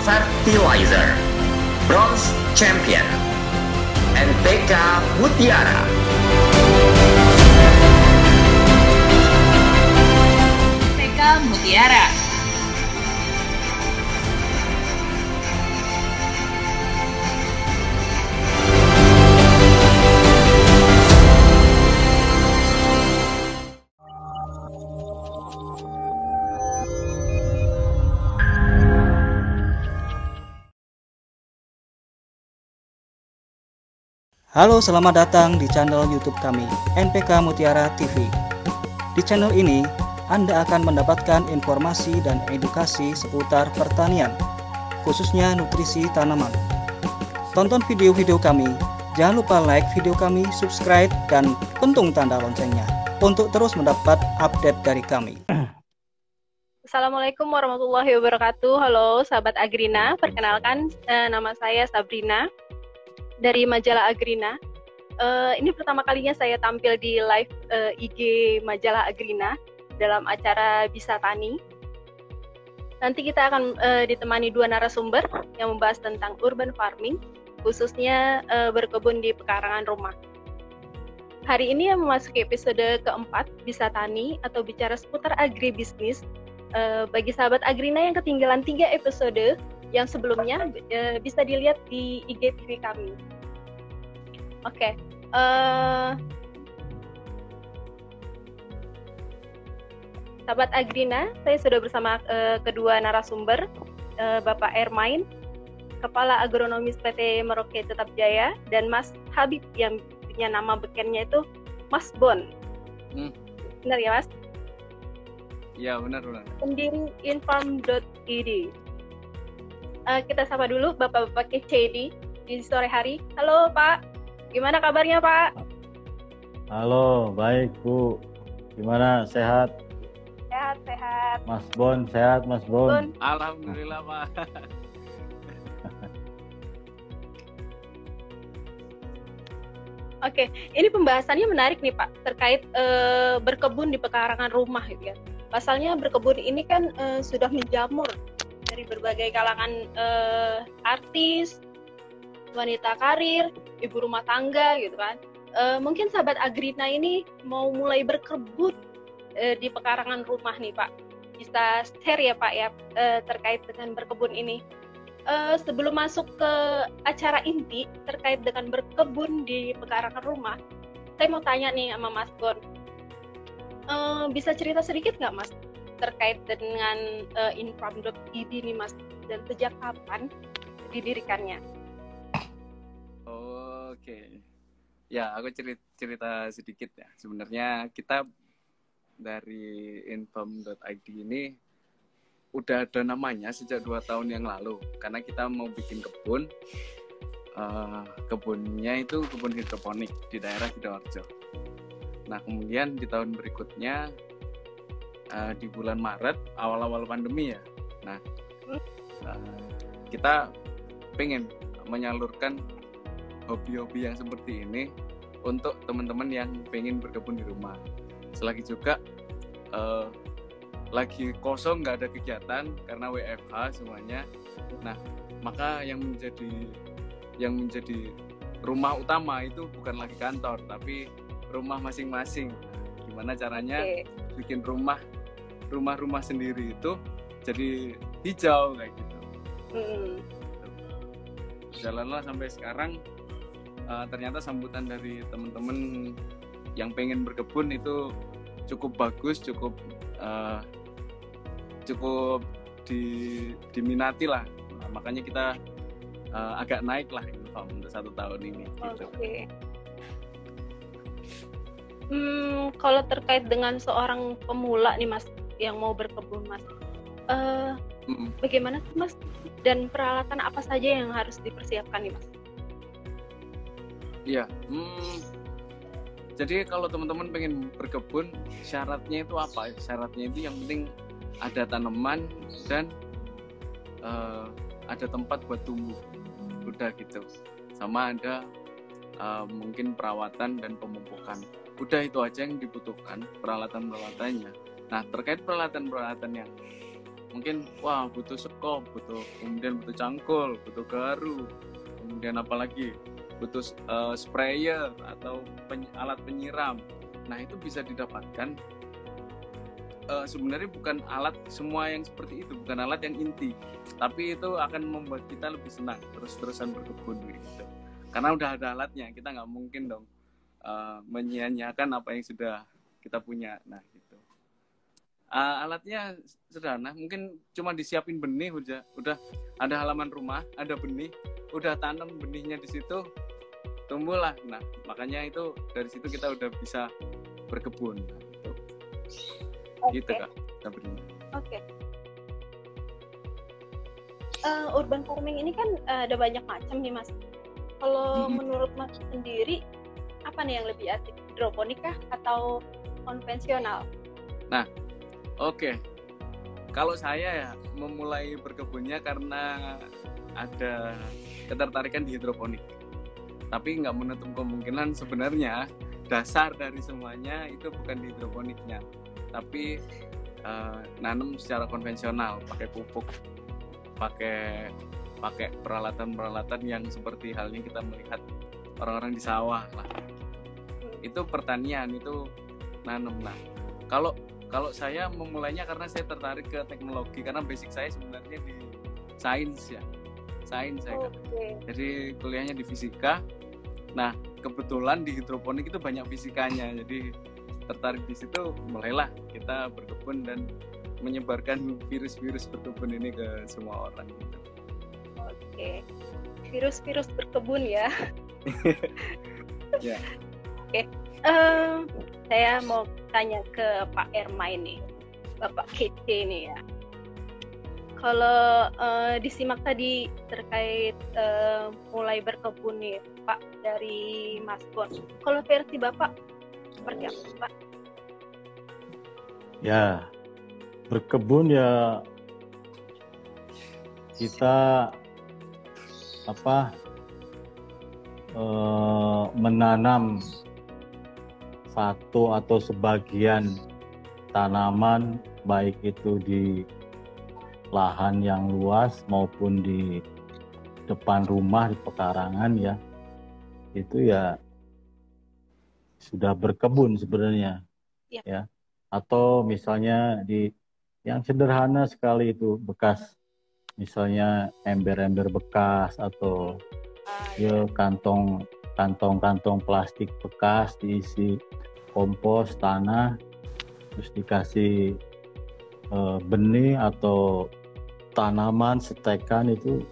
Fertilizer, Bronze Champion, NPK Mutiara. NPK Mutiara. Halo, selamat datang di channel YouTube kami, NPK Mutiara TV. Di channel ini, Anda akan mendapatkan informasi dan edukasi seputar pertanian, khususnya nutrisi tanaman. Tonton video-video kami, jangan lupa like video kami, subscribe, dan pentung tanda loncengnya untuk terus mendapat update dari kami. Assalamualaikum warahmatullahi wabarakatuh. Halo sahabat Agrina, perkenalkan nama saya Sabrina dari majalah Agrina. Ini pertama kalinya saya tampil di live IG majalah Agrina dalam acara Bisa Tani. Nanti kita akan ditemani dua narasumber yang membahas tentang urban farming, khususnya berkebun di pekarangan rumah. Hari ini yang memasuki episode keempat Bisa Tani atau bicara seputar agribisnis. Bagi sahabat Agrina yang ketinggalan 3 episode yang sebelumnya bisa dilihat di IGTV kami. Oke. Sahabat Agrina, saya sudah bersama kedua narasumber, Bapak Ermain, Kepala Agronomis PT Merauke Tetap Jaya, dan Mas Habib yang punya nama bekennya itu Mas Bon. Benar ya, Mas? Ya, benar. Pendiri inform.id. Kita sapa dulu Bapak-Bapak kece di sore hari. Halo Pak, gimana kabarnya Pak? Halo, baik Bu. Gimana, sehat? Sehat. Mas Bon, sehat Mas Bon? Alhamdulillah Pak. Oke, ini pembahasannya menarik nih Pak, terkait berkebun di pekarangan rumah gitu ya. Pasalnya berkebun ini kan sudah menjamur dari berbagai kalangan artis, wanita karir, ibu rumah tangga gitu kan. Mungkin sahabat Agrina ini mau mulai berkebun di pekarangan rumah nih Pak. Bisa share ya Pak ya terkait dengan berkebun ini. Sebelum masuk ke acara inti terkait dengan berkebun di pekarangan rumah, saya mau tanya nih sama Mas Bon. Bisa cerita sedikit nggak Mas terkait dengan inform.id nih Mas, dan sejak kapan didirikannya? Oke. Ya, aku cerita sedikit ya. Sebenarnya kita dari inform.id ini udah ada namanya sejak 2 tahun yang lalu, karena kita mau bikin kebun. Kebunnya itu kebun hidroponik di daerah Sidoarjo. Nah, kemudian di tahun berikutnya di bulan Maret, awal-awal pandemi ya. Nah, kita pengen menyalurkan hobi-hobi yang seperti ini untuk teman-teman yang pengen berkebun di rumah. Selagi juga lagi kosong, nggak ada kegiatan karena WFH semuanya. Nah, maka yang menjadi rumah utama itu bukan lagi kantor, tapi rumah masing-masing. Gimana caranya bikin rumah sendiri itu jadi hijau kayak gitu. Jalanlah sampai sekarang. Ternyata sambutan dari teman-teman yang pengen berkebun itu cukup bagus, cukup diminati lah. Makanya kita agak naik lah untuk 1 tahun ini. Gitu. Oke. Kalau terkait dengan seorang pemula nih Mas yang mau berkebun Mas, bagaimana sih Mas, dan peralatan apa saja yang harus dipersiapkan nih Mas? Iya, jadi kalau teman-teman pengen berkebun, syaratnya itu apa? Syaratnya itu yang penting ada tanaman dan ada tempat buat tumbuh, udah gitu. Sama ada mungkin perawatan dan pemupukan. Udah itu aja yang dibutuhkan, peralatan-peralatannya. Nah, terkait peralatan-peralatan yang mungkin wah butuh sekop, kemudian butuh cangkul, butuh garu, kemudian apalagi butuh sprayer atau alat penyiram. Nah itu bisa didapatkan. Sebenarnya bukan alat semua yang seperti itu, bukan alat yang inti, tapi itu akan membuat kita lebih senang terus-terusan berkebun gitu. Karena udah ada alatnya, kita nggak mungkin dong menyia-nyiakan apa yang sudah kita punya. Nah gitu. Alatnya sederhana, mungkin cuma disiapin benih, udah ada halaman rumah, ada benih, udah tanam benihnya di situ, tumbuhlah. Nah makanya itu dari situ kita udah bisa berkebun. Nah, gitu. Gitu Kak, Oke. Urban farming ini kan ada banyak macam nih Mas. Kalau menurut Mas sendiri, apa nih yang lebih asik? Hidroponik kah atau konvensional? Nah, oke. Kalau saya ya memulai berkebunnya karena ada ketertarikan di hidroponik. Tapi nggak menutup kemungkinan sebenarnya dasar dari semuanya itu bukan di hidroponiknya, tapi nanam secara konvensional, pakai pupuk, pakai peralatan-peralatan yang seperti halnya kita melihat orang-orang di sawah lah. Itu pertanian, itu nanam. Nah, kalau saya memulainya karena saya tertarik ke teknologi, karena basic saya sebenarnya di sains ya, sains saya kan. Jadi kuliahnya di fisika. Nah, kebetulan di hidroponik itu banyak fisikanya, jadi tertarik di situ, mulailah kita berkebun dan menyebarkan virus-virus berkebun ini ke semua orang gitu. Oke, virus-virus berkebun ya. Ya. Oke, saya mau tanya ke Pak Ermain nih, Bapak kece nih ya. Kalau disimak tadi terkait mulai berkebun nih Pak dari Mas Bon, kalau versi Bapak seperti apa Pak? Ya, berkebun ya kita menanam satu atau sebagian tanaman, baik itu di lahan yang luas maupun di depan rumah, di pekarangan ya, itu ya sudah berkebun sebenarnya. Ya. Atau misalnya di yang sederhana sekali itu bekas, misalnya ember-ember bekas atau ya kantong plastik bekas diisi kompos tanah, terus dikasih benih atau tanaman setekan itu,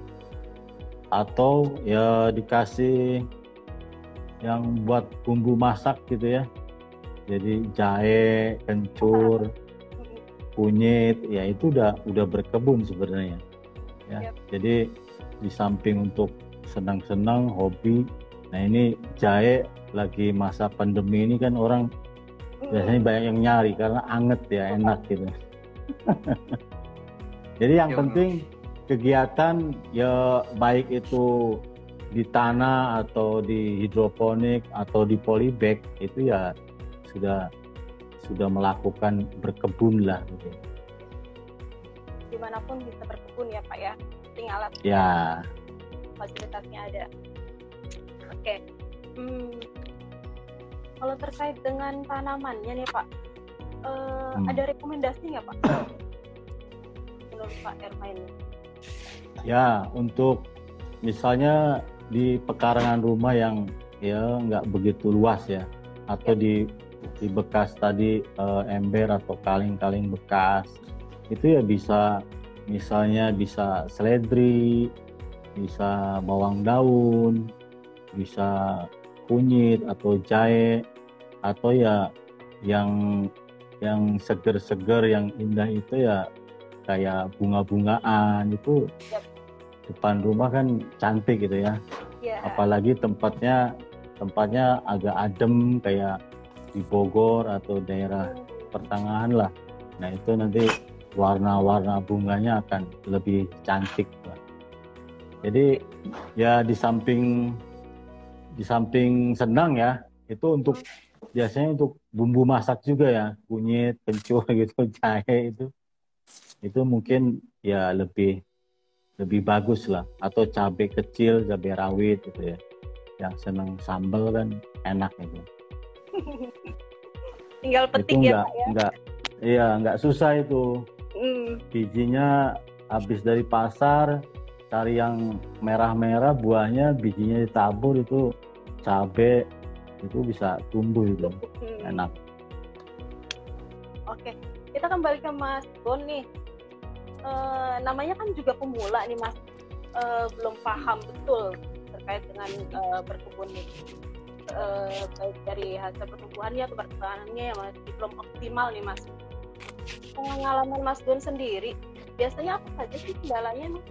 atau ya dikasih yang buat bumbu masak gitu ya, jadi jahe, kencur, kunyit, ya itu udah berkebun sebenarnya ya. Jadi di samping untuk senang-senang hobi, nah ini jahe lagi masa pandemi ini kan orang biasanya banyak yang nyari karena anget ya, enak gitu. Jadi yang penting kegiatan ya, baik itu di tanah atau di hidroponik atau di polybag, itu ya sudah melakukan berkebun lah gitu. Dimanapun bisa berkebun ya Pak ya, tinggal alat ya, fasilitasnya ada. Oke. Kalau terkait dengan tanamannya nih Pak, ada rekomendasi nggak Pak menurut Pak Ermain? Ya, untuk misalnya di pekarangan rumah yang ya nggak begitu luas ya, atau di bekas tadi ember atau kaleng-kaleng bekas, itu ya bisa, misalnya bisa seledri, bisa bawang daun, bisa kunyit atau jahe, atau ya yang seger-seger, yang indah itu ya kayak bunga-bungaan itu. Depan rumah kan cantik gitu ya. Apalagi tempatnya agak adem kayak di Bogor atau daerah pertengahan lah. Nah itu nanti warna-warna bunganya akan lebih cantik. Jadi ya di samping senang ya, itu biasanya untuk bumbu masak juga ya, kunyit, kencur gitu, jahe itu itu mungkin ya lebih bagus lah. Atau cabai kecil, cabai rawit gitu ya. Yang seneng sambal kan enak itu. Tinggal petik Itu ya Pak ya. nggak susah itu. Bijinya habis dari pasar, cari yang merah-merah, buahnya bijinya ditabur, itu cabai itu bisa tumbuh itu. Enak. Oke, kita kembali ke Mas Bon nih. Namanya kan juga pemula nih Mas, belum paham betul terkait dengan berkebun ini. Baik dari hasil pertumbuhannya atau perkembangannya yang masih belum optimal nih Mas. Pengalaman Mas Bon sendiri, biasanya apa saja sih kendalanya Mas?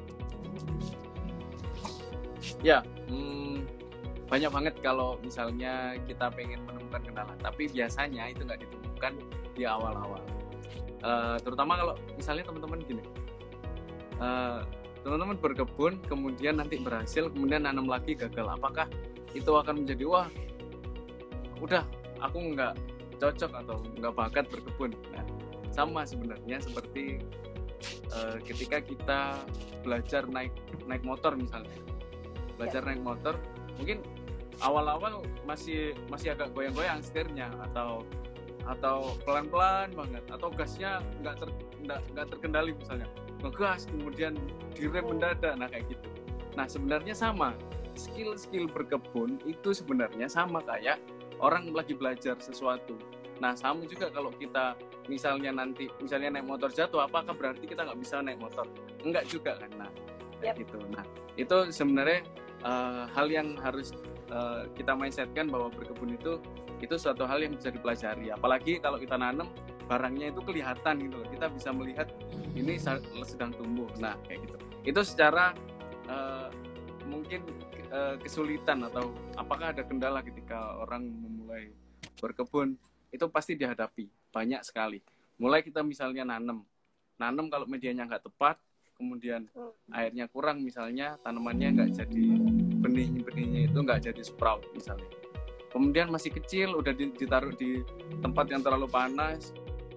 Ya, banyak banget kalau misalnya kita pengen menemukan kendala, tapi biasanya itu nggak ditemukan di awal-awal. Terutama kalau misalnya teman-teman gini, teman-teman berkebun, kemudian nanti berhasil, kemudian nanam lagi gagal. Apakah itu akan menjadi, wah, udah aku nggak cocok atau nggak bakat berkebun? Nah, sama sebenarnya seperti ketika kita belajar naik motor misalnya. Belajar naik motor, mungkin awal-awal masih agak goyang-goyang setirnya atau pelan-pelan banget, atau gasnya nggak terkendali misalnya, ngegas kemudian direm mendadak, nah kayak gitu. Nah sebenarnya sama, skill berkebun itu sebenarnya sama kayak orang lagi belajar sesuatu. Nah sama juga kalau kita misalnya naik motor jatuh, apakah berarti kita nggak bisa naik motor? Enggak juga kan, nah kayak gitu. Nah itu sebenarnya hal yang harus kita mindsetkan bahwa berkebun itu suatu hal yang bisa dipelajari. Apalagi kalau kita nanam, barangnya itu kelihatan gitu loh. Kita bisa melihat ini sedang tumbuh. Nah kayak gitu. Itu secara mungkin kesulitan atau apakah ada kendala ketika orang memulai berkebun, itu pasti dihadapi banyak sekali. Mulai kita misalnya nanam kalau medianya nggak tepat, kemudian airnya kurang misalnya, tanamannya nggak jadi, benihnya itu nggak jadi sprout misalnya. Kemudian masih kecil, udah ditaruh di tempat yang terlalu panas,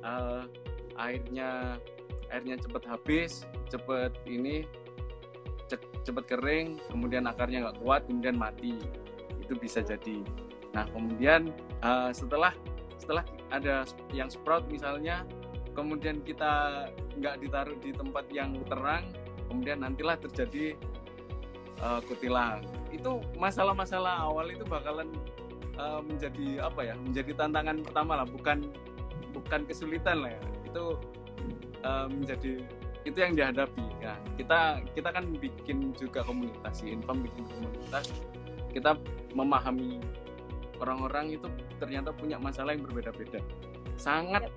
airnya cepat habis, cepat kering, kemudian akarnya nggak kuat, kemudian mati. Itu bisa jadi. Nah kemudian setelah ada yang sprout misalnya, kemudian kita nggak ditaruh di tempat yang terang, kemudian nantilah terjadi kutilang. Itu masalah-masalah awal itu bakalan menjadi tantangan pertama lah, bukan kesulitan lah ya. Itu itu yang dihadapi. Nah, kita kan bikin juga komunitas, Infam bikin komunitas. Kita memahami orang-orang itu ternyata punya masalah yang berbeda-beda. Sangat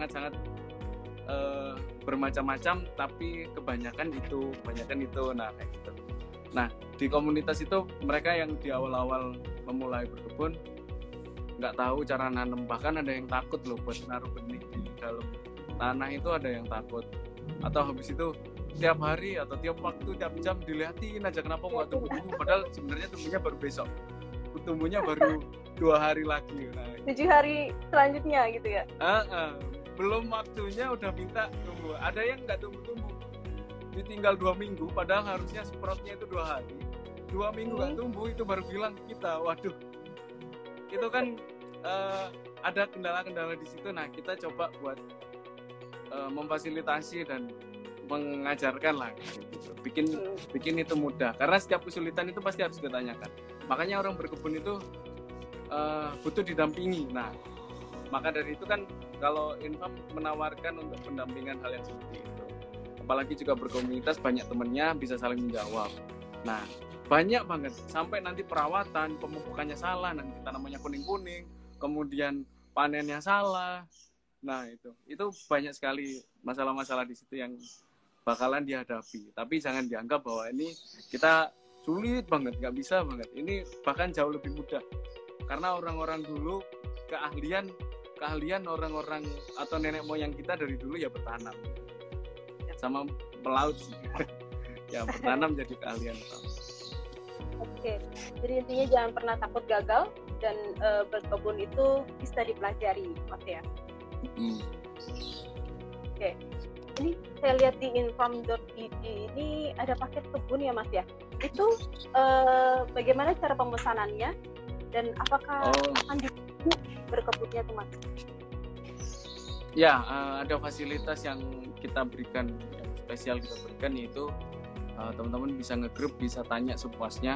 bermacam-macam, tapi kebanyakan itu. Nah kayak gitu. Nah di komunitas itu mereka yang di awal-awal memulai berkebun nggak tahu cara nanam, bahkan ada yang takut loh buat naruh benih di dalam tanah, itu ada yang takut. Atau habis itu tiap hari atau tiap waktu, tiap jam dilihatin aja kenapa nggak tumbuh, padahal sebenarnya tumbuhnya baru besok, tumbuhnya baru 2 hari lagi. Nah, 7 hari selanjutnya gitu ya. Belum waktunya udah minta tumbuh. Ada yang nggak tumbuh, ditinggal 2 minggu, padahal harusnya sproutnya itu 2 hari. 2 minggu nggak tumbuh, itu baru bilang kita, waduh, itu kan ada kendala-kendala di situ. Nah kita coba buat memfasilitasi dan mengajarkan lah, gitu. bikin itu mudah, karena setiap kesulitan itu pasti harus ditanyakan. Makanya orang berkebun itu butuh didampingi. Nah maka dari itu kan kalau Infam menawarkan untuk pendampingan hal yang seperti itu, apalagi juga berkomunitas, banyak temennya, bisa saling menjawab. Nah banyak banget, sampai nanti perawatan, pemupukannya salah, nanti tanamannya kuning-kuning, kemudian panennya salah. Nah itu banyak sekali masalah-masalah di situ yang bakalan dihadapi. Tapi jangan dianggap bahwa ini kita sulit banget, nggak bisa banget. Ini bahkan jauh lebih mudah, karena orang-orang dulu keahlian orang-orang atau nenek moyang kita dari dulu ya bertanam sama melaut sih. Ya bertanam jadi keahlian. Oke, jadi intinya jangan pernah takut gagal, dan berkebun itu bisa dipelajari, Mas ya. Oke. ini saya lihat di infam.id ini ada paket kebun ya Mas ya. Itu bagaimana cara pemesanannya dan apakah akan dibuat berkebunnya tuh Mas? Ya, ada fasilitas yang kita berikan, yang spesial kita berikan, yaitu teman-teman bisa ngegrup, bisa tanya sepuasnya,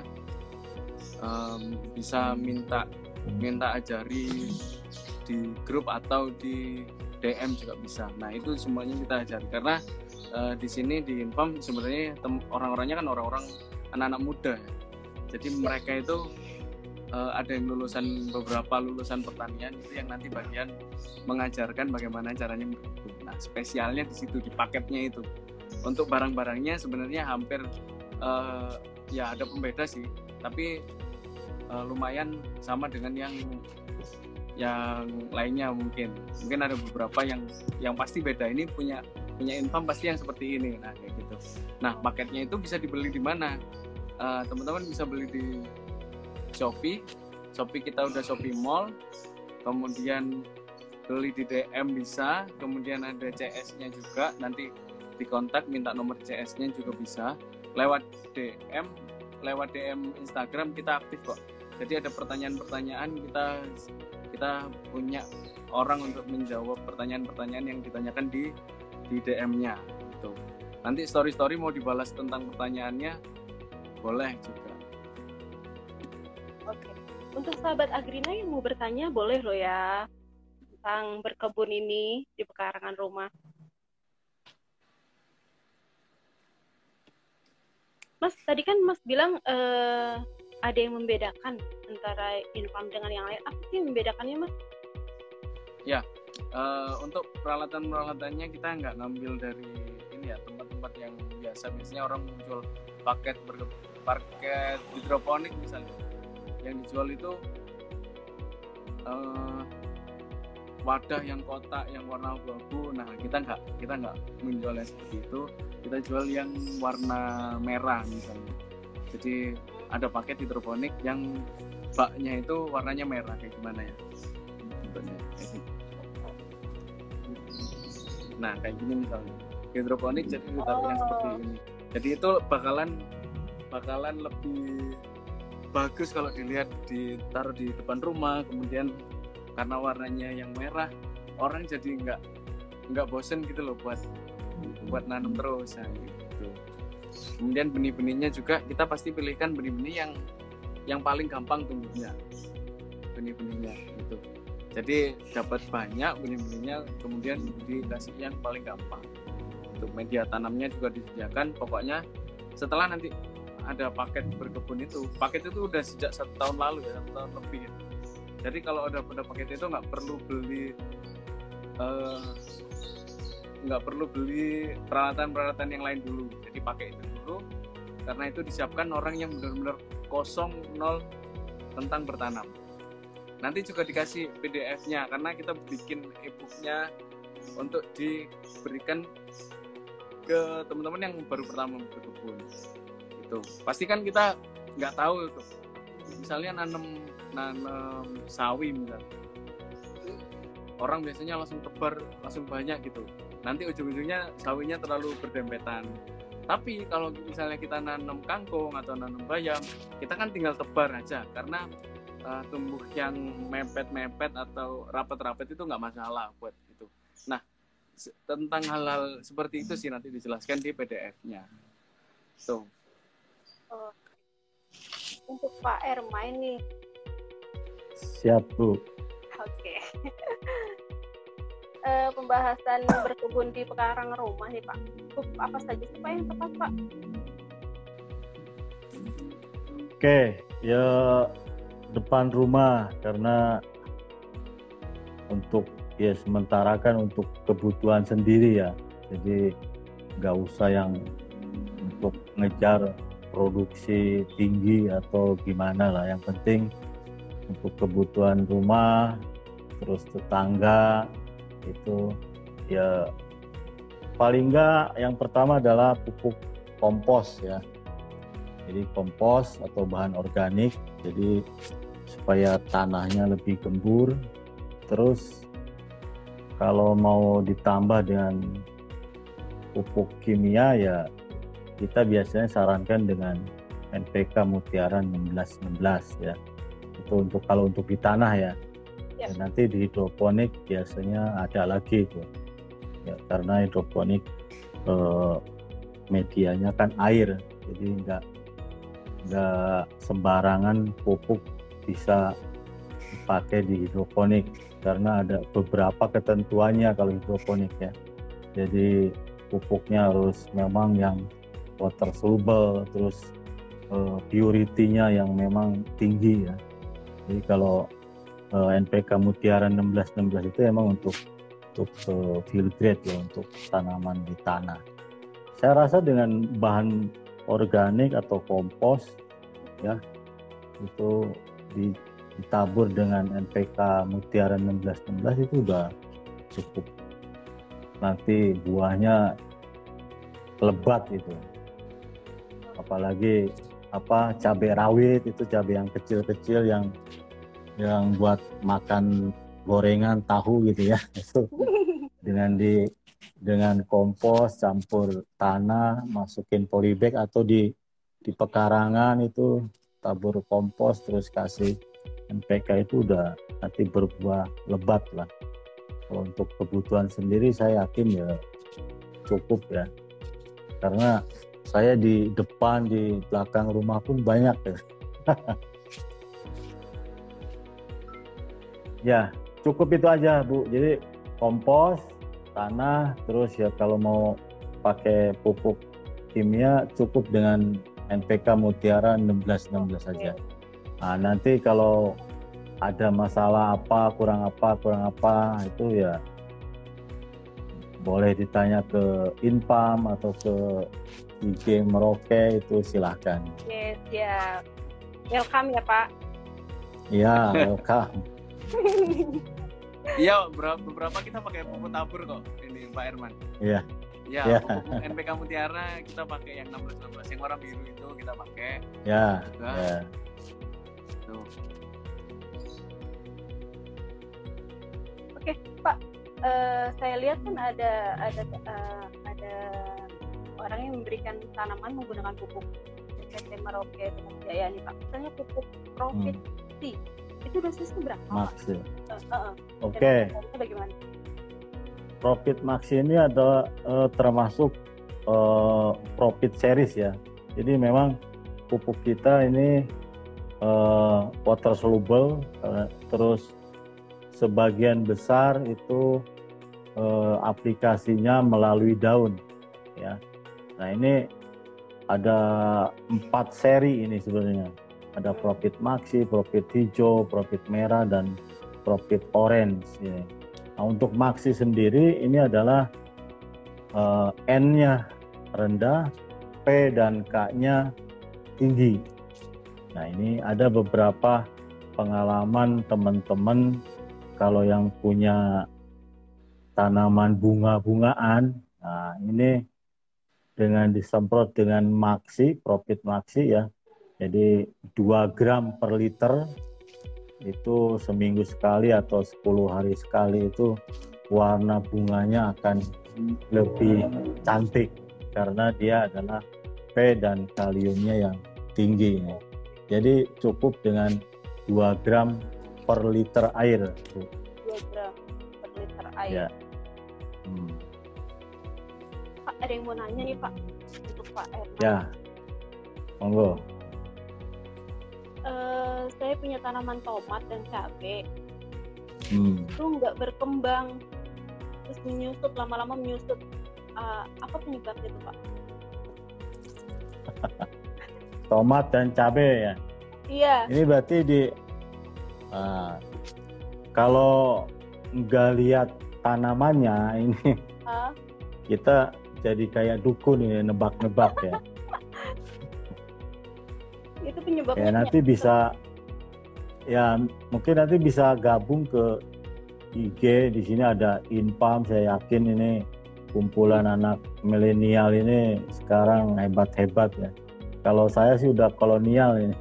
bisa minta ajari di grup atau di DM juga bisa. Nah itu semuanya kita ajari karena di sini di Infam sebenarnya orang-orangnya kan orang-orang anak-anak muda ya. Jadi mereka itu ada yang beberapa lulusan pertanian itu yang nanti bagian mengajarkan bagaimana caranya berkebun. Nah spesialnya di situ, di paketnya itu. Untuk barang-barangnya sebenarnya hampir ya ada pembeda sih, tapi lumayan sama dengan yang lainnya. Mungkin ada beberapa yang pasti beda. Ini punya Infam pasti yang seperti ini. Nah kayak gitu. Nah paketnya itu bisa dibeli di mana? Teman-teman bisa beli di Shopee kita udah Shopee Mall, kemudian beli di DM bisa, kemudian ada CS-nya juga, nanti dikontak minta nomor CS-nya juga bisa. Lewat DM Instagram kita aktif kok. Jadi ada pertanyaan-pertanyaan, kita punya orang untuk menjawab pertanyaan-pertanyaan yang ditanyakan di DM-nya gitu. Nanti story mau dibalas tentang pertanyaannya boleh juga. Oke. Untuk sahabat Agrina yang mau bertanya boleh loh ya tentang berkebun ini di pekarangan rumah. Mas, tadi kan Mas bilang ada yang membedakan antara Infam dengan yang lain. Apa sih membedakannya, Mas? Ya, untuk peralatan-peralatannya kita nggak ngambil dari ini ya, tempat-tempat yang biasanya orang menjual paket hidroponik misalnya. Yang dijual itu wadah yang kotak yang warna abu-abu. Nah, kita nggak menjualnya seperti itu. Kita jual yang warna merah misalnya. Jadi ada paket hidroponik yang baknya itu warnanya merah, kayak gimana ya bentuknya. Nah kayak gini misalnya hidroponik, jadi ditaruh yang seperti ini. Jadi itu bakalan lebih bagus kalau dilihat ditaruh di depan rumah. Kemudian karena warnanya yang merah, orang jadi nggak bosen gitu loh buat nanam terus. Nah, gitu. Kemudian benih-benihnya juga kita pasti pilihkan benih-benih yang paling gampang tumbuhnya, benih-benihnya gitu. Jadi dapat banyak benih-benihnya, kemudian dikasih yang paling gampang. Untuk media tanamnya juga disediakan. Pokoknya setelah nanti ada paket berkebun itu udah sejak 1 tahun lalu ya, 1 tahun lebih ya. Jadi kalau udah pada paket itu nggak perlu beli peralatan-peralatan yang lain dulu. Jadi pakai itu dulu, karena itu disiapkan orang yang benar-benar kosong, nol tentang bertanam. Nanti juga dikasih PDF-nya, karena kita bikin e-book-nya untuk diberikan ke teman-teman yang baru pertama berkebun. Gitu. Pasti kan kita nggak tahu tuh. Misalnya nanam sawi misalnya. Orang biasanya langsung tebar, langsung banyak gitu. Nanti ujung-ujungnya sawinya terlalu berdempetan. Tapi kalau misalnya kita nanam kangkung atau nanam bayam, kita kan tinggal tebar aja, karena tumbuh yang mepet-mepet atau rapet-rapet itu nggak masalah buat itu. Nah, tentang hal-hal seperti itu sih nanti dijelaskan di PDF-nya. So. Untuk Pak Ermain nih. Siap, Bu. Oke. Pembahasan berkebun di pekarangan rumah nih Pak. Apa saja sih Pak yang tepat Pak? Oke, ya depan rumah, karena untuk ya sementara kan untuk kebutuhan sendiri ya. Jadi nggak usah yang untuk ngejar produksi tinggi atau gimana lah. Yang penting untuk kebutuhan rumah, terus tetangga itu ya paling enggak yang pertama adalah pupuk kompos ya. Jadi kompos atau bahan organik, jadi supaya tanahnya lebih gembur. Terus kalau mau ditambah dengan pupuk kimia ya kita biasanya sarankan dengan NPK Mutiara 1616 ya. Itu kalau untuk di tanah ya. Ya. Dan nanti di hidroponik biasanya ada lagi itu. Ya, karena hidroponik medianya kan air, jadi nggak sembarangan pupuk bisa dipakai di hidroponik karena ada beberapa ketentuannya kalau hidroponik ya. Jadi pupuknya harus memang yang water soluble, terus purity-nya yang memang tinggi ya. Jadi kalau NPK Mutiara 1616 itu emang untuk field grade ya, untuk tanaman di tanah. Saya rasa dengan bahan organik atau kompos ya itu ditabur dengan NPK Mutiara 1616 itu udah cukup. Nanti buahnya lebat itu. Apalagi cabai rawit itu, cabai yang kecil-kecil yang buat makan gorengan tahu gitu ya. Itu dengan kompos campur tanah, masukin polybag atau di pekarangan itu tabur kompos terus kasih NPK itu udah nanti berbuah lebat lah. Kalau untuk kebutuhan sendiri saya yakin ya cukup ya. Karena saya di depan, di belakang rumah pun banyak ya. Ya, cukup itu aja Bu. Jadi kompos, tanah, terus ya kalau mau pakai pupuk kimia cukup dengan NPK Mutiara 1616 saja. Nah, nanti kalau ada masalah kurang apa itu ya boleh ditanya ke Inpam atau ke IG Merauke, itu silahkan. Yes, ya. Welcome ya Pak. Iya, welcome. Iya, beberapa kita pakai pupuk tabur kok ini Pak Herman. Iya. Ya, pupuk NPK Mutiara kita pakai yang 1616, yang warna biru itu kita pakai. Ya. Juga. Ya. Tuh. Oke, Pak. Saya lihat kan ada orang yang memberikan tanaman menggunakan pupuk PT Merauke Tepung Jaya nih Pak. Misalnya pupuk Profit C. Itu dosisnya berapa? Max ya. Oke. Itu bagaimana? Profit Max ini adalah termasuk Profit series ya. Jadi memang pupuk kita ini water soluble, terus sebagian besar itu aplikasinya melalui daun ya. Nah ini ada 4 seri ini sebenarnya. Ada Profit Maxi, Profit hijau, Profit merah, dan Profit orange ya. Nah untuk Maxi sendiri ini adalah N-nya rendah, P dan K-nya tinggi. Nah ini ada beberapa pengalaman teman-teman kalau yang punya tanaman bunga-bungaan, nah ini dengan disemprot dengan Maxi, Profit Maxi ya, jadi 2 gram per liter itu seminggu sekali atau 10 hari sekali itu warna bunganya akan lebih cantik karena dia adalah P dan kaliumnya yang tinggi. Jadi cukup dengan 2 gram per liter air. 2 gram per liter air. Ya. Pak, ada yang mau nanya nih Pak untuk Pak Herman. Ya, monggo. Saya punya tanaman tomat dan cabai. Itu nggak berkembang, terus menyusut, lama-lama menyusut. Apa penyebabnya itu Pak? Tomat dan cabai ya. Iya. Ini berarti kalau nggak lihat tanamannya ini kita jadi kayak dukun ini, nebak-nebak ya. Itu penyebabnya. Ya nanti bisa, ya mungkin nanti bisa gabung ke IG. Di sini ada Inpam. Saya yakin ini kumpulan anak milenial ini sekarang hebat-hebat ya. Kalau saya sih udah kolonial ini.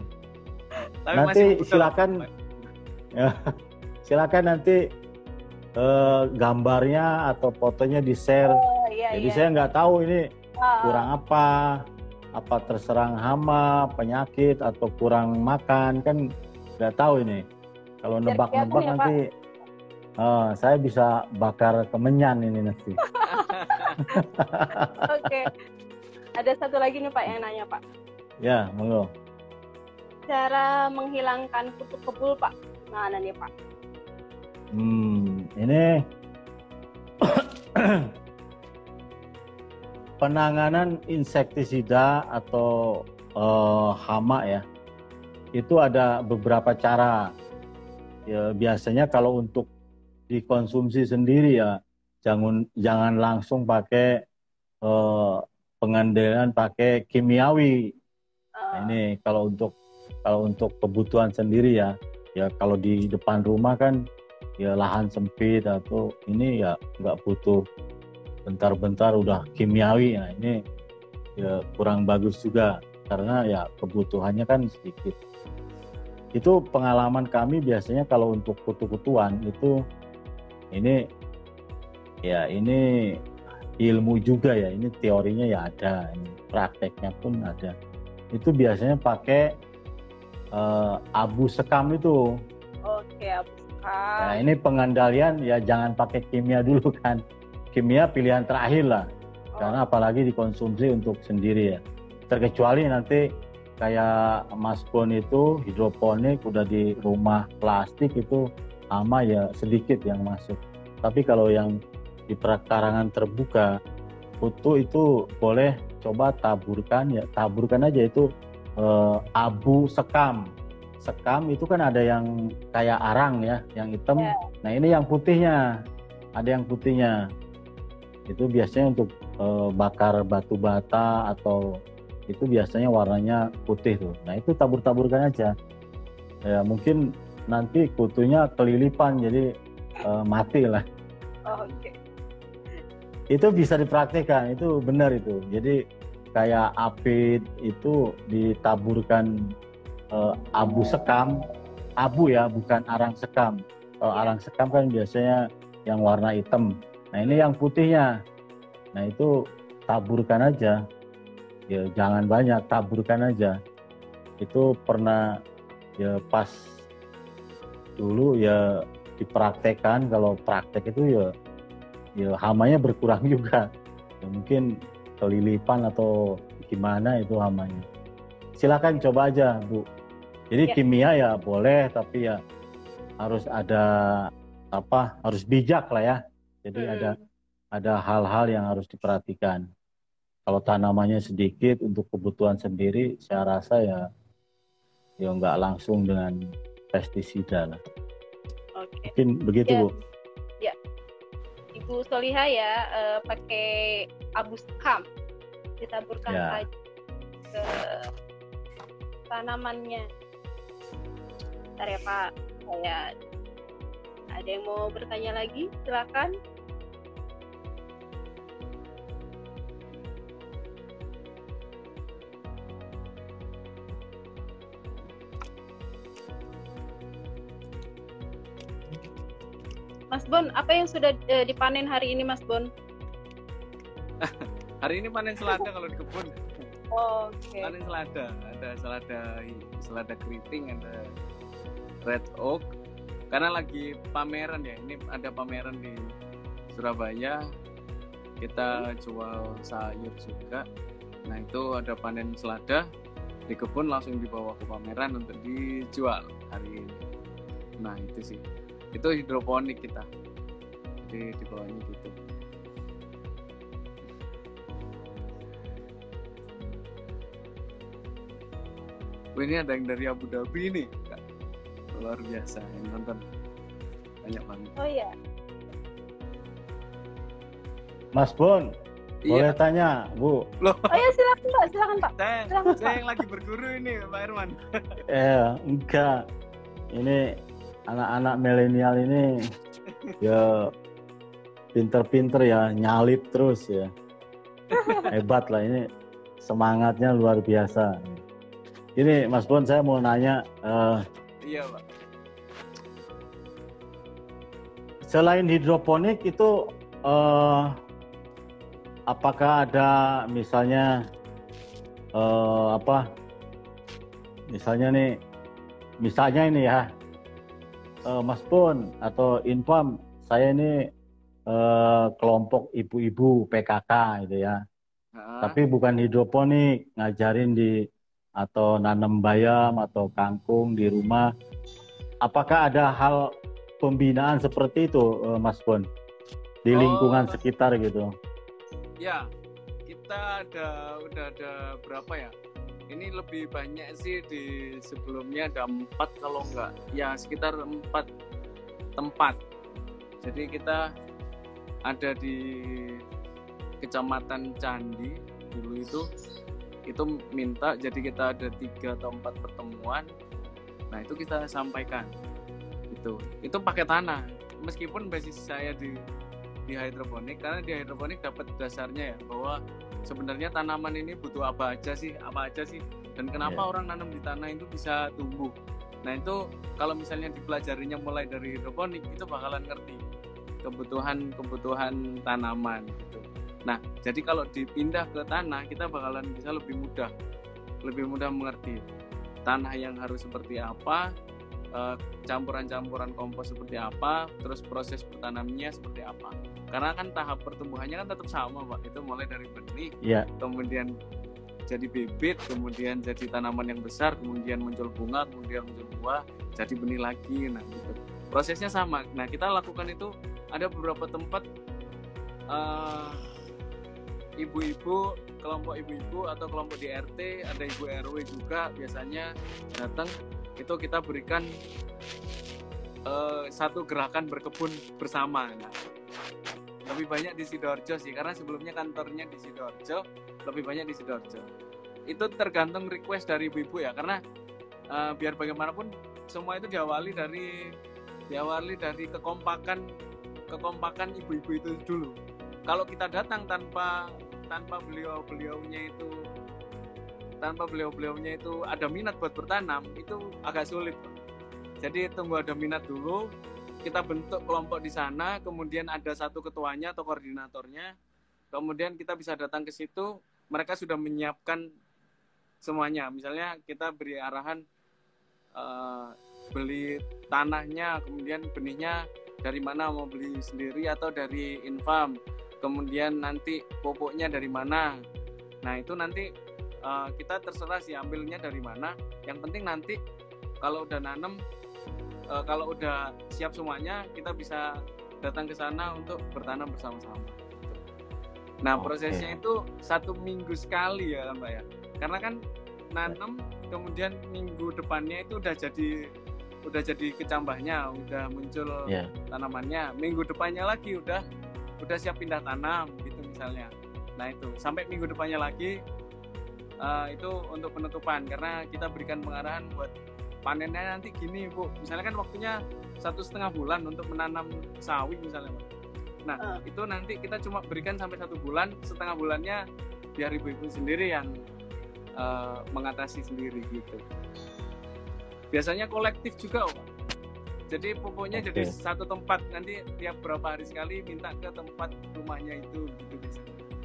Tapi nanti silakan, ya, silakan nanti gambarnya atau fotonya di-share. Oh, iya, Jadi iya. saya nggak tahu ini Ah, kurang apa terserang hama, penyakit atau kurang makan, kan nggak tahu ini. Kalau Biar nebak-nebak kelihatan ya, nanti saya bisa bakar kemenyan ini nanti. Oke. Ada satu lagi nih Pak yang nanya Pak. Ya, monggo. Cara menghilangkan kutu kebul Pak. Mana nih Pak? Ini penanganan insektisida atau hama ya, itu ada beberapa cara. Ya, biasanya kalau untuk dikonsumsi sendiri ya, jangan langsung pakai pengendalian pakai kimiawi. Nah, ini kalau untuk kebutuhan sendiri ya kalau di depan rumah kan ya lahan sempit atau ini ya nggak butuh bentar-bentar udah kimiawi. Nah, ini ya kurang bagus juga karena ya kebutuhannya kan sedikit. Itu pengalaman kami biasanya kalau untuk kutu-kutuan itu ini ilmu juga ya, ini teorinya ya ada, ini prakteknya pun ada. Itu biasanya pakai abu sekam itu. Oke, abu sekam. Nah, ini pengendalian ya jangan pakai kimia dulu kan. Kimia pilihan terakhir lah. Karena apalagi dikonsumsi untuk sendiri ya. Terkecuali nanti kayak Mas Bon itu hidroponik udah di rumah plastik itu hama ya sedikit yang masuk. Tapi kalau yang di perkarangan terbuka kutu itu boleh coba taburkan aja itu abu sekam. Sekam itu kan ada yang kayak arang ya, yang hitam. Yeah. Nah, ini yang putihnya. Ada yang putihnya. Itu biasanya untuk bakar batu bata atau itu biasanya warnanya putih tuh. Nah, itu tabur-taburkan aja. Ya, mungkin nanti kutunya kelilipan jadi mati lah. Oh, oke. Itu bisa dipraktikkan, itu benar itu. Jadi kayak apit itu ditaburkan abu sekam, abu ya, bukan arang sekam. Kalau arang sekam kan biasanya yang warna hitam. Nah, ini yang putihnya. Nah, itu taburkan aja. Ya jangan banyak, taburkan aja. Itu pernah ya pas dulu ya dipraktekkan. Kalau praktek itu ya hamanya berkurang juga. Ya, mungkin kelilipan atau gimana itu hamanya. Silakan coba aja, Bu. Jadi kimia ya boleh, tapi ya harus ada harus bijak lah ya. Jadi ada hal-hal yang harus diperhatikan. Kalau tanamannya sedikit untuk kebutuhan sendiri, saya rasa ya nggak langsung dengan pestisida lah. Oke. Mungkin begitu, Bu. Ya. Ibu Soliha ya pakai abu sekam ditaburkan saja ke tanamannya. Bentar ya Pak, ada yang mau bertanya lagi? Silakan. Mas Bon, apa yang sudah dipanen hari ini Mas Bon? Hari ini panen selada kalau di kebun. Oke. Panen selada, ada selada keriting, ada red oak. Karena lagi pameran ya, ini ada pameran di Surabaya. Kita jual sayur juga. Nah, itu ada panen selada di kebun, langsung dibawa ke pameran untuk dijual hari ini. Nah, itu sih. Itu hidroponik kita. Jadi di bawahnya gitu. Ini ada yang dari Abu Dhabi nih, Kak. Luar biasa yang nonton banyak banget. Oh iya. Mas Bon, boleh tanya, Bu? Loh. Oh ya, silakan Pak, silakan Pak. Saya yang lagi berguru ini, Pak Herman. Enggak. Ini anak-anak milenial ini ya pinter-pinter ya, nyalip terus ya. Hebat lah ini, semangatnya luar biasa. Ini Mas Bon, saya mau nanya. Iya Pak. Selain hidroponik itu apakah ada misalnya misalnya ini ya, Mas Pun atau Infam, saya ini kelompok ibu-ibu PKK gitu ya. Tapi bukan hidroponik, ngajarin atau nanam bayam atau kangkung di rumah. Apakah ada hal pembinaan seperti itu, Mas Pun, di lingkungan sekitar gitu? Ya, kita udah ada berapa ya? Ini lebih banyak sih, di sebelumnya ada 4 kalau enggak, ya sekitar 4 tempat. Jadi kita ada di Kecamatan Candi dulu itu minta, jadi kita ada 3 atau 4 pertemuan. Nah itu kita sampaikan itu pakai tanah, meskipun basis saya di hidroponik, karena di hidroponik dapat dasarnya ya, bahwa sebenarnya tanaman ini butuh apa aja sih, dan kenapa orang nanam di tanah itu bisa tumbuh. Nah itu kalau misalnya dipelajarinya mulai dari hidroponik, itu bakalan ngerti kebutuhan tanaman gitu. Nah jadi kalau dipindah ke tanah, kita bakalan bisa lebih mudah mengerti tanah yang harus seperti apa, campuran-campuran kompos seperti apa, terus proses bertanamnya seperti apa. Karena kan tahap pertumbuhannya kan tetap sama, Pak. Itu mulai dari benih, kemudian jadi bibit, kemudian jadi tanaman yang besar, kemudian muncul bunga, kemudian muncul buah, jadi benih lagi. Nah, gitu. Prosesnya sama. Nah, kita lakukan itu ada beberapa tempat, ibu-ibu, kelompok ibu-ibu atau kelompok di RT, ada ibu RW juga biasanya datang. Itu kita berikan satu gerakan berkebun bersama. Nah, lebih banyak di Sidoarjo sih, karena sebelumnya kantornya di Sidoarjo, lebih banyak di Sidoarjo. Itu tergantung request dari ibu-ibu ya, karena biar bagaimanapun semua itu diawali dari kekompakan ibu-ibu itu dulu. Kalau kita datang tanpa beliau-beliaunya itu ada minat buat bertanam, itu agak sulit. Jadi tunggu ada minat dulu, kita bentuk kelompok di sana, kemudian ada satu ketuanya atau koordinatornya, kemudian kita bisa datang ke situ, mereka sudah menyiapkan semuanya. Misalnya kita beri arahan beli tanahnya, kemudian benihnya dari mana, mau beli sendiri atau dari Infam, kemudian nanti pupuknya dari mana. Nah itu nanti kita terserah sih ambilnya dari mana. Yang penting nanti kalau udah nanam, kalau udah siap semuanya, kita bisa datang ke sana untuk bertanam bersama-sama. Nah prosesnya itu 1 minggu sekali ya Mbak ya, karena kan nanam, kemudian minggu depannya itu udah jadi kecambahnya, udah muncul tanamannya, minggu depannya lagi udah siap pindah tanam gitu misalnya. Nah itu sampai minggu depannya lagi itu untuk penutupan, karena kita berikan pengarahan buat panennya nanti gini Bu, misalnya kan waktunya 1,5 bulan untuk menanam sawi misalnya. Nah itu nanti kita cuma berikan sampai 1 bulan, setengah bulannya biar ibu-ibu sendiri yang mengatasi sendiri gitu. Biasanya kolektif juga Pak. Jadi pupuknya jadi satu tempat, nanti tiap berapa hari sekali minta ke tempat rumahnya itu gitu bisa.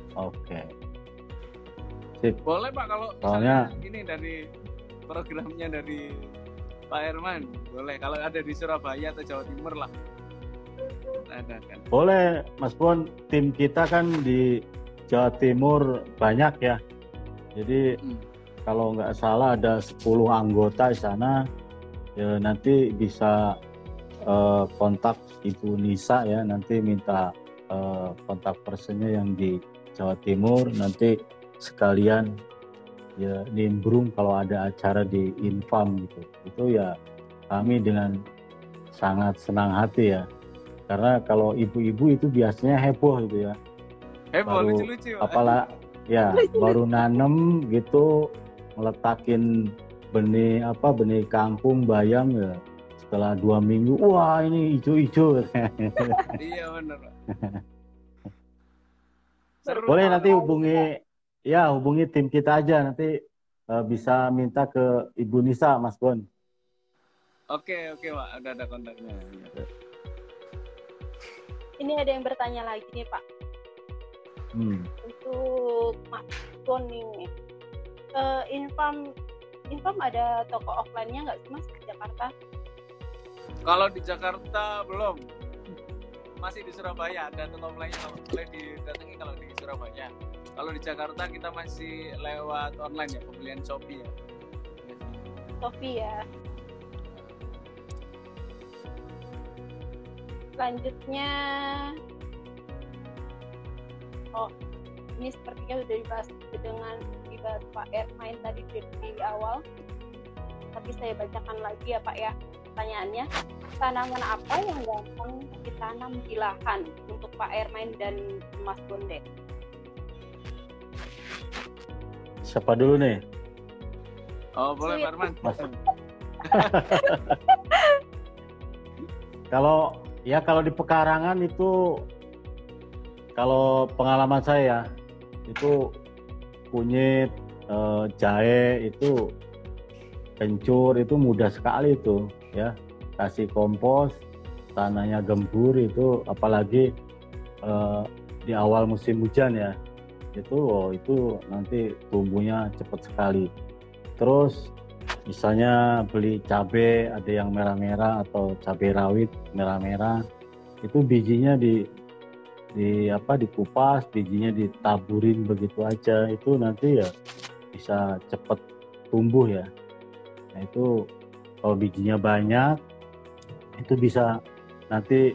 Sip. Boleh Pak, kalau misalnya ini dari programnya dari Pak Herman, boleh kalau ada di Surabaya atau Jawa Timur lah. Ada kan? Boleh Mas Pon, tim kita kan di Jawa Timur banyak ya. Jadi kalau nggak salah ada 10 anggota di sana. Ya, nanti bisa kontak Ibu Nisa ya, nanti minta kontak personnya yang di Jawa Timur, nanti sekalian ya nimbrung kalau ada acara di Infam gitu. Itu ya kami dengan sangat senang hati ya, karena kalau ibu-ibu itu biasanya heboh gitu ya, lucu-lucu apalah ya baru nanem gitu, ngeletakin benih kangkung bayam ya, setelah 2 minggu wah ini hijau-hijau. Iya benar. Boleh nanti hubungi tim kita aja, nanti bisa minta ke Ibu Nisa Mas Bon. Oke Pak, udah ada kontaknya. Ini ada yang bertanya lagi nih Pak. Untuk Mas Bon ini, Infam ada toko offline-nya nggak sih Mas di Jakarta? Kalau di Jakarta belum, masih di Surabaya ada toko offline-nya, boleh didatangi kalau di Surabaya. Kalau di Jakarta kita masih lewat online ya, pembelian Shopee ya. Shopee ya. Selanjutnya, ini sepertinya sudah dibahas Pak Ermain tadi di awal, tapi saya bacakan lagi ya Pak ya pertanyaannya. Tanaman apa yang gampang ditanam di lahan untuk Pak Ermain dan Mas Bonde? Siapa dulu nih? Oh boleh Pak Arman. Kalau di pekarangan itu, kalau pengalaman saya itu kunyit, jahe itu, kencur itu mudah sekali itu ya. Kasih kompos, tanahnya gembur itu, apalagi di awal musim hujan ya. Itu nanti tumbuhnya cepat sekali. Terus misalnya beli cabai, ada yang merah-merah atau cabai rawit merah-merah, itu bijinya dikupas, bijinya ditaburin begitu aja, itu nanti ya bisa cepat tumbuh ya. Nah itu kalau bijinya banyak, itu bisa nanti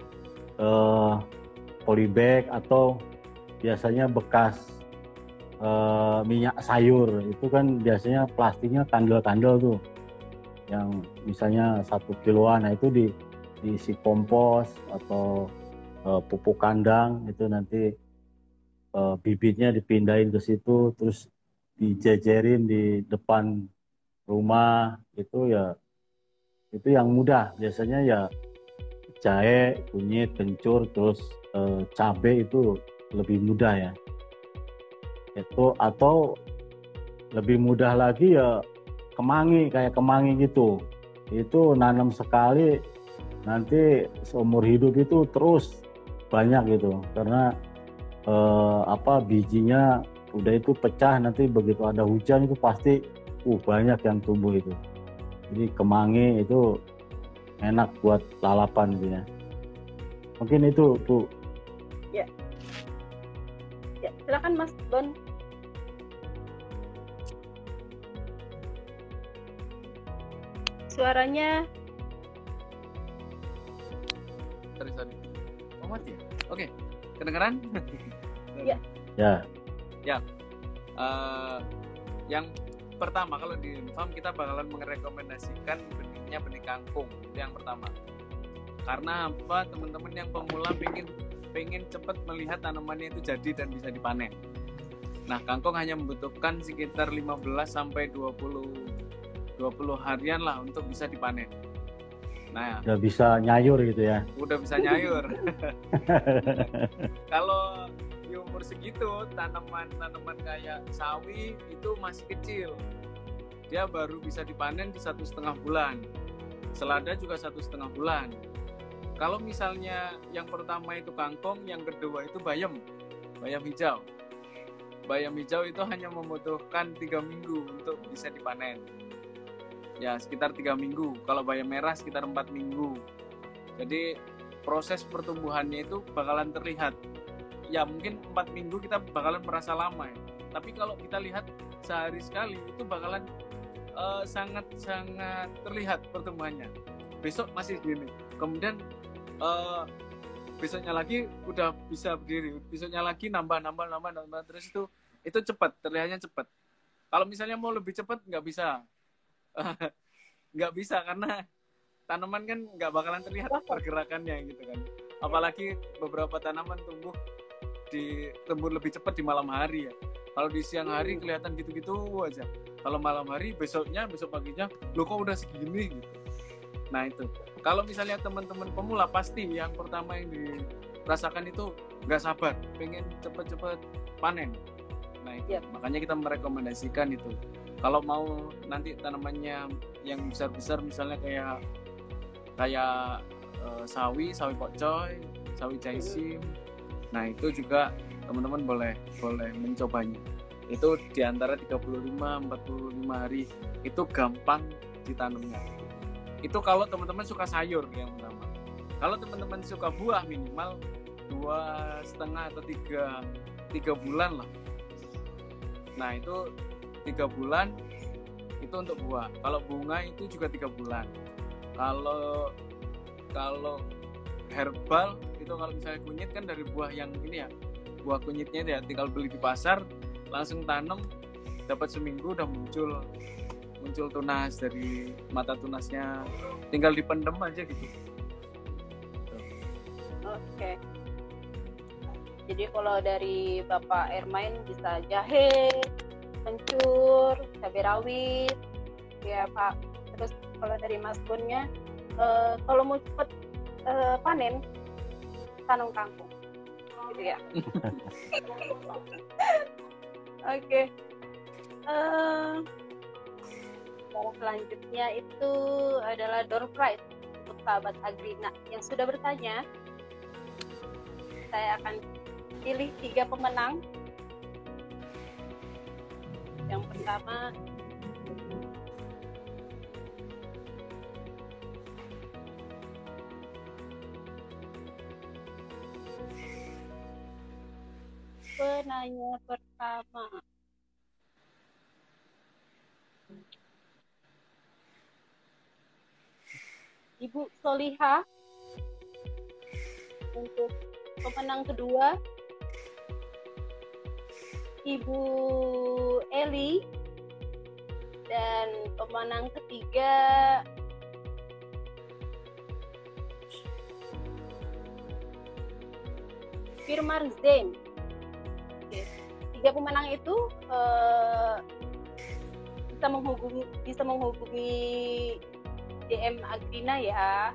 polybag atau biasanya bekas minyak sayur, itu kan biasanya plastiknya kandel-kandel tuh, yang misalnya 1 kiloan, nah itu diisi kompos atau pupuk kandang, itu nanti bibitnya dipindahin ke situ, terus dijejerin di depan rumah, itu yang mudah biasanya ya jahe, kunyit, kencur, terus cabai itu lebih mudah ya. Itu atau lebih mudah lagi ya kayak kemangi gitu. Itu nanam sekali nanti seumur hidup itu terus banyak gitu, karena bijinya udah itu pecah, nanti begitu ada hujan itu pasti banyak yang tumbuh itu. Jadi kemangi itu enak buat lalapan gitu ya. Mungkin itu Bu. Ya, silakan Mas Bon. Suaranya Sorry. Oh mati ya? Oke, kedengeran? Ya. Yang pertama, kalau di Infam kita bakalan merekomendasikan benih kangkung, itu yang pertama. Karena apa? Teman-teman yang pemula pengen cepat melihat tanamannya itu jadi dan bisa dipanen. Nah, kangkung hanya membutuhkan sekitar 15 sampai 20 harian lah untuk bisa dipanen. Nah, udah bisa nyayur gitu ya. Udah bisa nyayur. Kalau di umur segitu, tanaman kayak sawi itu masih kecil. Dia baru bisa dipanen di 1,5 bulan. Selada juga 1,5 bulan. Kalau misalnya yang pertama itu kangkung, yang kedua itu bayam hijau. Bayam hijau itu hanya membutuhkan 3 minggu untuk bisa dipanen. Ya, sekitar 3 minggu. Kalau bayam merah sekitar 4 minggu. Jadi proses pertumbuhannya itu bakalan terlihat. Ya, mungkin 4 minggu kita bakalan merasa lama ya. Tapi kalau kita lihat sehari sekali itu bakalan sangat terlihat pertumbuhannya. Besok masih gini. Kemudian besoknya lagi udah bisa berdiri. Besoknya lagi nambah terus itu cepat, terlihatnya cepat. Kalau misalnya mau lebih cepat nggak bisa. Nggak bisa karena tanaman kan nggak bakalan terlihat pergerakannya gitu kan. Apalagi beberapa tanaman tumbuh lebih cepat di malam hari ya. Kalau di siang hari kelihatan gitu-gitu aja. Kalau malam hari besok paginya lo kok udah segini gitu. Nah itu. Kalau misalnya teman-teman pemula pasti yang pertama yang dirasakan itu nggak sabar, pengen cepet-cepet panen. Nah itu. Makanya kita merekomendasikan itu. Kalau mau nanti tanamannya yang besar-besar misalnya kayak sawi pokcoy, sawijaisim. Nah itu juga teman-teman boleh mencobanya. Itu di antara 35-45 hari itu gampang ditanamnya. Itu kalau teman-teman suka sayur yang pertama. Kalau teman-teman suka buah minimal 2,5 atau 3 bulan lah. Nah itu 3 bulan itu untuk buah. Kalau bunga itu juga 3 bulan. Kalau herbal itu kalau misalnya kunyit kan dari buah yang ini ya, buah kunyitnya ya tinggal beli di pasar, langsung tanam, dapat seminggu udah muncul tunas dari mata tunasnya, tinggal dipendem aja gitu. Oke. Jadi kalau dari Bapak Ermain bisa jahe, kencur, cabai rawit, ya Pak. Terus kalau dari Mas Bonnya, kalau mau cepet panen, tanam kangkung, gitu ya. Oke. Selanjutnya itu adalah door prize untuk sahabat Agrina yang sudah bertanya. Saya akan pilih 3 pemenang. Yang pertama penanya pertama Ibu Soliha. Untuk pemenang kedua Ibu Eli, dan pemenang ketiga Firmar Zain. Oke. 3 pemenang itu bisa menghubungi DM Agrina ya.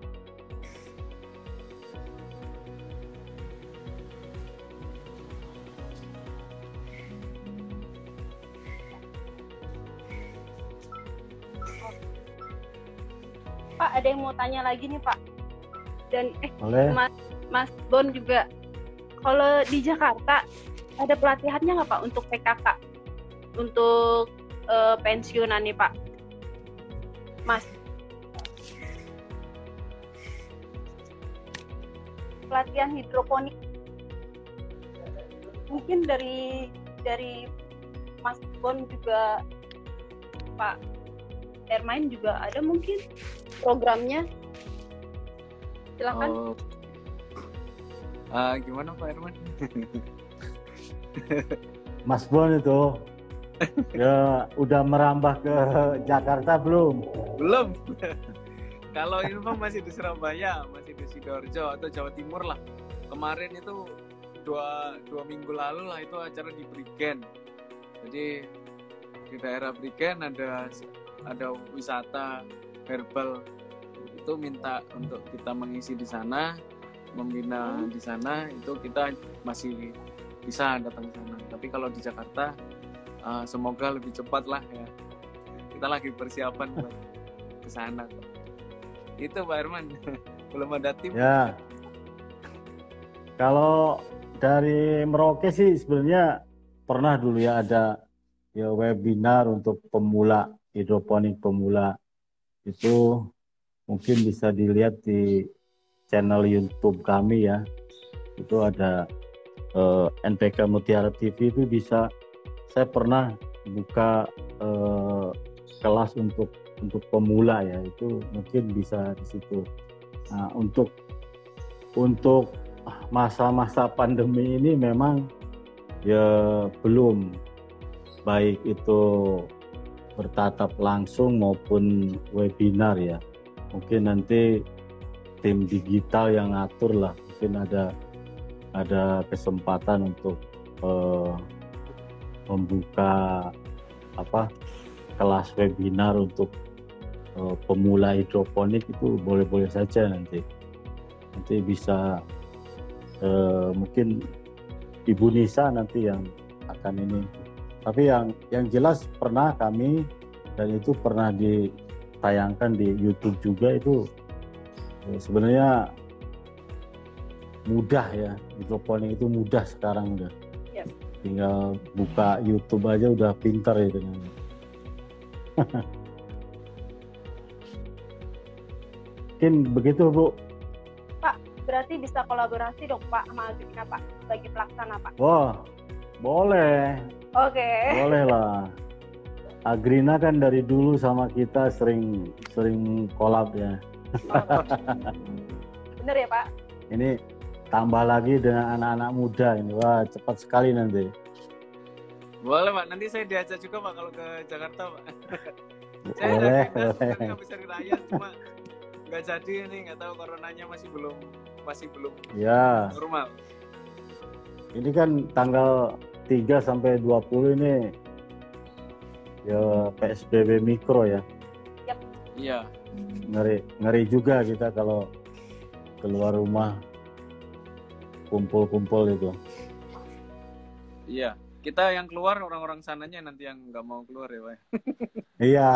Pak, ada yang mau tanya lagi nih Pak. Dan Mas Bon juga, kalau di Jakarta ada pelatihannya nggak Pak untuk PKK, untuk pensiunan nih Pak, Mas? Pelatihan hidroponik mungkin dari Mas Bon juga, Pak Ermain juga ada mungkin programnya. Silakan. Gimana Pak Erman? Mas Bon itu ya udah merambah ke Jakarta belum? Belum. Kalau info masih di Surabaya, masih di Sidoarjo atau Jawa Timur lah. Kemarin itu dua minggu lalu lah itu acara di Brigen. Jadi di daerah Brigen ada wisata herbal, itu minta untuk kita mengisi di sana, membina di sana, itu kita masih bisa datang ke sana. Tapi kalau di Jakarta semoga lebih cepat lah ya. Kita lagi persiapan buat ke sana. Itu Pak Herman. Belum ada tim. Ya. Kalau dari Merauke sih sebenarnya pernah dulu ya ada ya webinar untuk pemula, hidroponik pemula. Itu mungkin bisa dilihat di channel YouTube kami ya. Itu ada NPK Mutiara TV, itu bisa, saya pernah buka kelas untuk pemula ya, itu mungkin bisa di situ. Nah, untuk masa-masa pandemi ini memang ya belum, baik itu bertatap langsung maupun webinar ya. Mungkin nanti tim digital yang ngatur lah, mungkin ada kesempatan untuk membuka kelas webinar untuk pemula hidroponik, itu boleh-boleh saja nanti bisa mungkin Ibu Nisa nanti yang akan ini. Tapi yang jelas pernah kami, dan itu pernah ditayangkan di YouTube juga, itu sebenarnya mudah ya, hidroponik itu mudah sekarang udah. Yap. Tinggal buka YouTube aja udah pintar itu. Mungkin begitu Bu. Pak, berarti bisa kolaborasi dong Pak sama Agrina Pak sebagai pelaksana Pak. Wah, boleh. Oke. Boleh lah. Agrina kan dari dulu sama kita sering collab ya. Bener ya Pak? Ini tambah lagi dengan anak-anak muda ini. Wah, cepat sekali nanti. Boleh Pak, nanti saya diajak juga Pak kalau ke Jakarta Pak. Saya Boleh, udah pindah boleh. sebenarnya habis hari raya, cuma nggak jadi nih, nggak tahu coronanya masih belum Ya, normal. ini kan tanggal 3 sampai 20 ini ya PSBB mikro ya. Iya. Ngeri juga kita kalau keluar rumah kumpul-kumpul itu. Iya. Kita yang keluar, orang-orang sananya nanti yang nggak mau keluar ya Pak. Iya.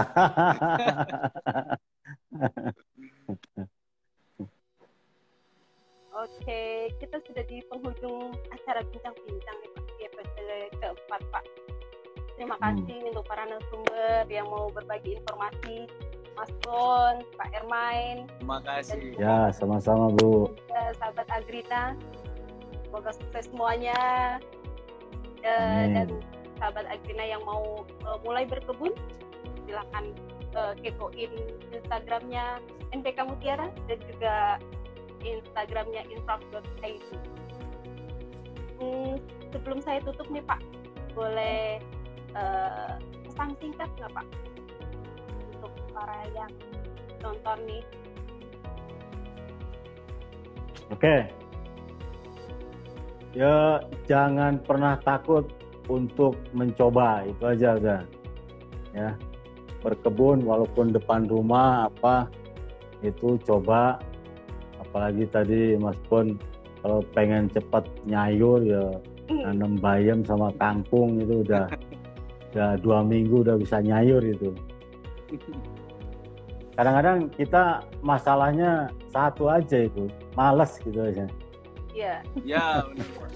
Oke, kita sudah di penghujung acara bincang-bincang nih Pak, di episode keempat Pak. Terima kasih untuk para narasumber yang mau berbagi informasi, Mas Bon, Pak Ermain, Terima kasih. Ya, sama-sama Bu. sahabat Agrina. Semoga sukses semuanya. Amin. Dan sahabat Agrina yang mau mulai berkebun, silakan kepoin Instagramnya NPK Mutiara dan juga Instagramnya infrag.id. Sebelum saya tutup nih Pak, boleh pesan singkat nggak Pak untuk para yang nonton nih? Oke. Ya, jangan pernah takut untuk mencoba, itu aja udah. Ya. Berkebun walaupun depan rumah itu coba. Apalagi tadi Mas Bon kalau pengen cepat nyayur ya nanam bayam sama kangkung itu udah 2 minggu udah bisa nyayur itu. Kadang-kadang kita masalahnya satu aja itu, malas gitu aja. Iya. Ya, benar Pak.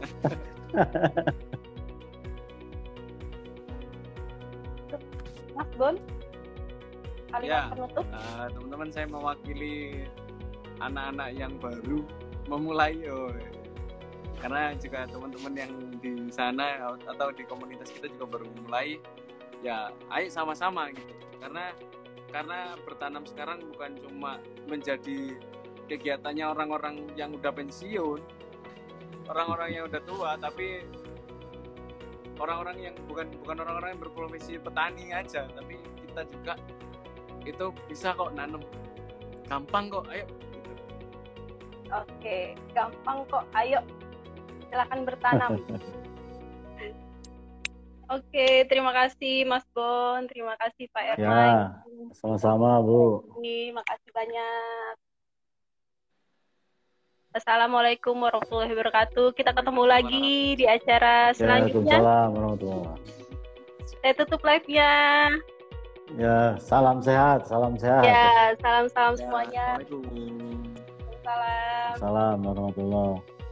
Mas Bon, kalimat Ya. penutup? Teman-teman, saya mewakili anak-anak yang baru memulai, karena juga teman-teman yang di sana atau di komunitas kita juga baru memulai, ya ayo sama-sama gitu. Karena bertanam sekarang bukan cuma menjadi kegiatannya orang-orang yang udah pensiun, orang-orang yang udah tua, tapi orang-orang yang bukan orang-orang yang berprofesi petani aja, tapi kita juga itu bisa kok nanam, gampang kok, ayo. Oke, gampang kok. Ayo, silakan bertanam. Oke, terima kasih Mas Bon, terima kasih Pak Ermain. Ya, sama-sama Bu. Terima kasih banyak. Assalamualaikum warahmatullahi wabarakatuh. Kita ketemu lagi di acara selanjutnya. Waalaikumsalam warahmatullahi wabarakatuh. Saya tutup live-nya. Ya, salam sehat, salam sehat. Ya, salam-salam semuanya. Assalamualaikum. Salam. Salam warahmatullahi wabarakatuh.